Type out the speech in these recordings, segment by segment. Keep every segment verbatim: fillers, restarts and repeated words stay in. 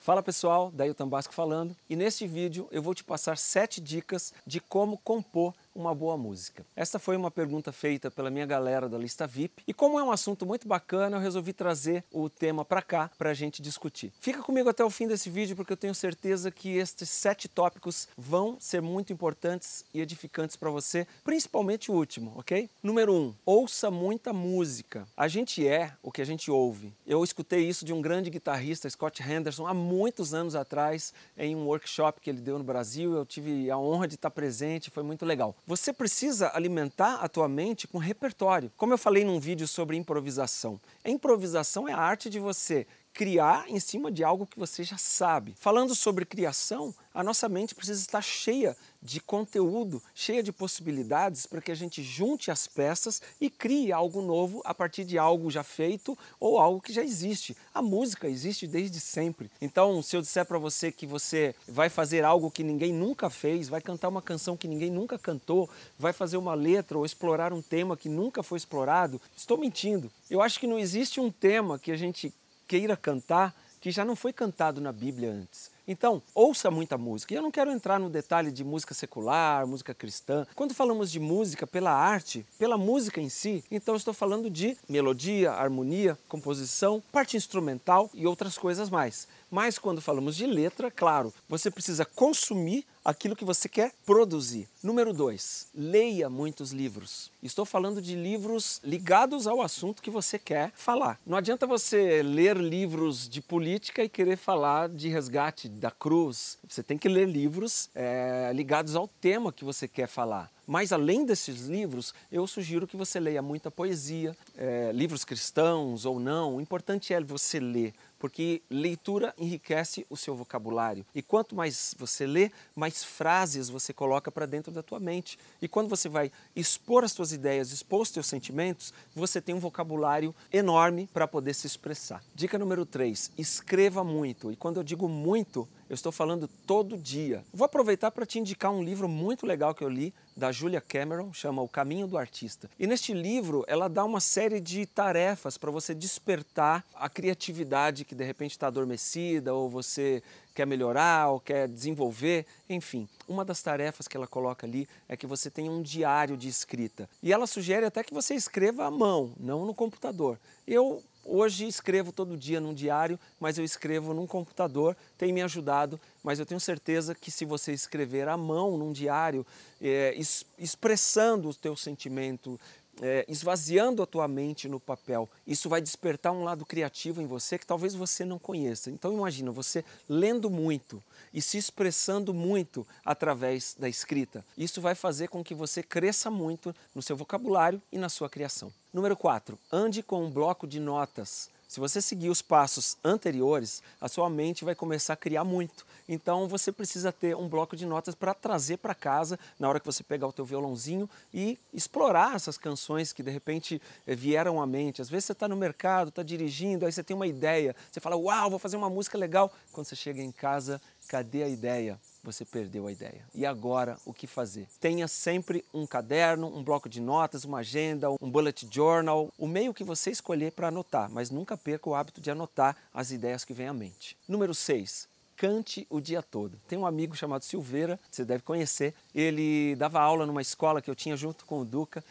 Fala pessoal, Dailton Basco falando, e neste vídeo eu vou te passar sete dicas de como compor uma boa música. Essa foi uma pergunta feita pela minha galera da lista V I P, e como é um assunto muito bacana, eu resolvi trazer o tema para cá para a gente discutir. Fica comigo até o fim desse vídeo, porque eu tenho certeza que estes sete tópicos vão ser muito importantes e edificantes para você, principalmente o último, ok? Número um, ouça muita música. A gente é o que a gente ouve. Eu escutei isso de um grande guitarrista, Scott Henderson, há muitos anos atrás, em um workshop que ele deu no Brasil. Eu tive a honra de estar presente, foi muito legal. Você precisa alimentar a tua mente com repertório. Como eu falei num vídeo sobre improvisação. A improvisação é a arte de você criar em cima de algo que você já sabe. Falando sobre criação, a nossa mente precisa estar cheia de conteúdo, cheia de possibilidades para que a gente junte as peças e crie algo novo a partir de algo já feito ou algo que já existe. A música existe desde sempre. Então, se eu disser para você que você vai fazer algo que ninguém nunca fez, vai cantar uma canção que ninguém nunca cantou, vai fazer uma letra ou explorar um tema que nunca foi explorado, estou mentindo. Eu acho que não existe um tema que a gente queira cantar que já não foi cantado na Bíblia antes. Então, ouça muita música. E eu não quero entrar no detalhe de música secular, música cristã. Quando falamos de música pela arte, pela música em si, então eu estou falando de melodia, harmonia, composição, parte instrumental e outras coisas mais. Mas quando falamos de letra, claro, você precisa consumir aquilo que você quer produzir. Número dois, leia muitos livros. Estou falando de livros ligados ao assunto que você quer falar. Não adianta você ler livros de política e querer falar de resgate da cruz. Você tem que ler livros é, ligados ao tema que você quer falar. Mas além desses livros, eu sugiro que você leia muita poesia, é, livros cristãos ou não. O importante é você ler, porque leitura enriquece o seu vocabulário. E quanto mais você lê, mais frases você coloca para dentro da tua mente. E quando você vai expor as suas ideias, expor os seus sentimentos, você tem um vocabulário enorme para poder se expressar. Dica número três, escreva muito. E quando eu digo muito, eu estou falando todo dia. Vou aproveitar para te indicar um livro muito legal que eu li, da Julia Cameron, chama O Caminho do Artista. E neste livro, ela dá uma série de tarefas para você despertar a criatividade que de repente está adormecida, ou você quer melhorar, ou quer desenvolver, enfim. Uma das tarefas que ela coloca ali é que você tenha um diário de escrita. E ela sugere até que você escreva à mão, não no computador. Eu hoje escrevo todo dia num diário, mas eu escrevo num computador, tem me ajudado, mas eu tenho certeza que se você escrever à mão num diário, é, es, expressando o teu sentimento, é, esvaziando a tua mente no papel, isso vai despertar um lado criativo em você que talvez você não conheça. Então imagina, você lendo muito e se expressando muito através da escrita. Isso vai fazer com que você cresça muito no seu vocabulário e na sua criação. Número quatro, ande com um bloco de notas. Se você seguir os passos anteriores, a sua mente vai começar a criar muito. Então você precisa ter um bloco de notas para trazer para casa na hora que você pegar o teu violãozinho e explorar essas canções que de repente vieram à mente. Às vezes você está no mercado, está dirigindo, aí você tem uma ideia, você fala, uau, vou fazer uma música legal. Quando você chega em casa, cadê a ideia? Você perdeu a ideia. E agora, o que fazer? Tenha sempre um caderno, um bloco de notas, uma agenda, um bullet journal, o meio que você escolher para anotar, mas nunca perca o hábito de anotar as ideias que vêm à mente. Número seis. Cante o dia todo. Tem um amigo chamado Silveira, você deve conhecer, ele dava aula numa escola que eu tinha junto com o Duca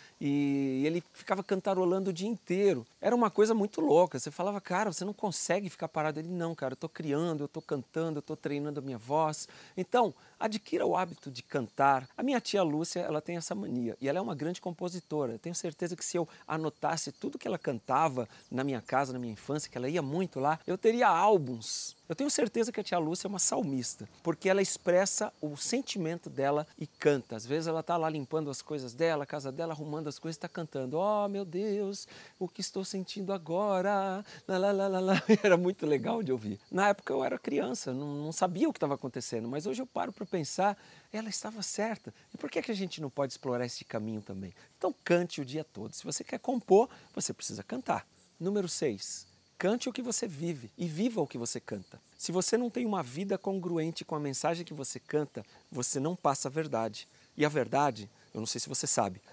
e ele ficava cantarolando o dia inteiro. Era uma coisa muito louca, você falava, cara, você não consegue ficar parado. Ele, não, cara, eu estou criando, eu estou cantando, eu estou treinando a minha voz. Então, adquira o hábito de cantar. A minha tia Lúcia, ela tem essa mania e ela é uma grande compositora. Eu tenho certeza que se eu anotasse tudo que ela cantava na minha casa, na minha infância, que ela ia muito lá, eu teria álbuns. Eu tenho certeza que a tia Lúcia é uma salmista, porque ela expressa o sentimento dela e canta. Às vezes ela está lá limpando as coisas dela, a casa dela, arrumando as coisas, está cantando. Oh, meu Deus, o que estou sentindo agora? Lá, lá, lá, lá, lá. Era muito legal de ouvir. Na época eu era criança, não, não sabia o que estava acontecendo, mas hoje eu paro para pensar, ela estava certa. E por que, que a gente não pode explorar esse caminho também? Então cante o dia todo. Se você quer compor, você precisa cantar. Número seis. Cante o que você vive e viva o que você canta. Se você não tem uma vida congruente com a mensagem que você canta, você não passa a verdade. E a verdade, eu não sei se você sabe,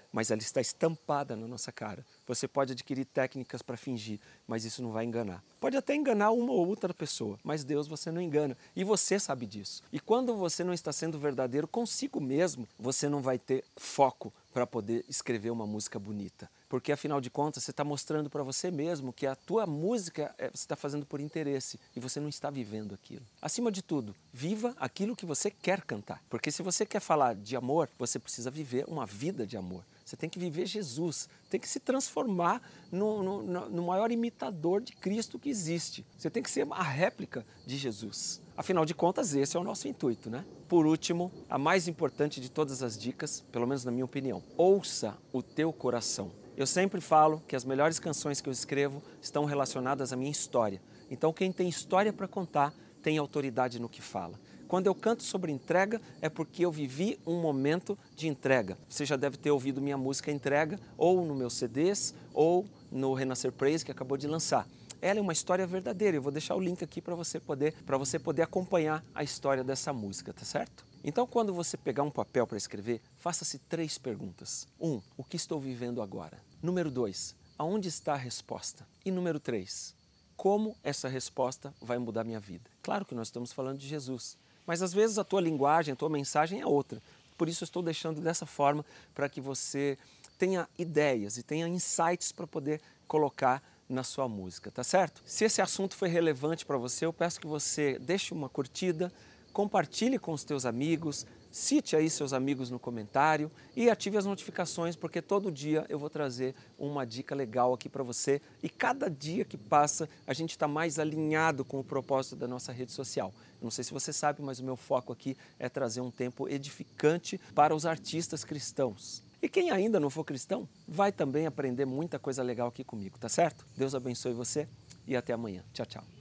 mas ela está estampada na nossa cara. Você pode adquirir técnicas para fingir, mas isso não vai enganar. Pode até enganar uma ou outra pessoa, mas Deus você não engana. E você sabe disso. E quando você não está sendo verdadeiro consigo mesmo, você não vai ter foco para poder escrever uma música bonita. Porque, afinal de contas, você está mostrando para você mesmo que a tua música você está fazendo por interesse e você não está vivendo aquilo. Acima de tudo, viva aquilo que você quer cantar. Porque se você quer falar de amor, você precisa viver uma vida de amor. Você tem que viver Jesus, tem que se transformar no, no, no maior imitador de Cristo que existe. Você tem que ser a réplica de Jesus. Afinal de contas, esse é o nosso intuito, né? Por último, a mais importante de todas as dicas, pelo menos na minha opinião, ouça o teu coração. Eu sempre falo que as melhores canções que eu escrevo estão relacionadas à minha história. Então, quem tem história para contar tem autoridade no que fala. Quando eu canto sobre entrega, é porque eu vivi um momento de entrega. Você já deve ter ouvido minha música Entrega, ou no meu C Ds, ou no Renascer Praise, que acabou de lançar. Ela é uma história verdadeira, eu vou deixar o link aqui para você poder, para você poder acompanhar a história dessa música, tá certo? Então, quando você pegar um papel para escrever, faça-se três perguntas. Um, o que estou vivendo agora? Número dois, aonde está a resposta? E número três, como essa resposta vai mudar minha vida? Claro que nós estamos falando de Jesus, mas às vezes a tua linguagem, a tua mensagem é outra. Por isso eu estou deixando dessa forma para que você tenha ideias e tenha insights para poder colocar na sua música, tá certo? Se esse assunto foi relevante para você, eu peço que você deixe uma curtida, compartilhe com os teus amigos, cite aí seus amigos no comentário e ative as notificações, porque todo dia eu vou trazer uma dica legal aqui para você e cada dia que passa a gente está mais alinhado com o propósito da nossa rede social. Eu não sei se você sabe, mas o meu foco aqui é trazer um tempo edificante para os artistas cristãos. E quem ainda não for cristão, vai também aprender muita coisa legal aqui comigo, tá certo? Deus abençoe você e até amanhã. Tchau, tchau.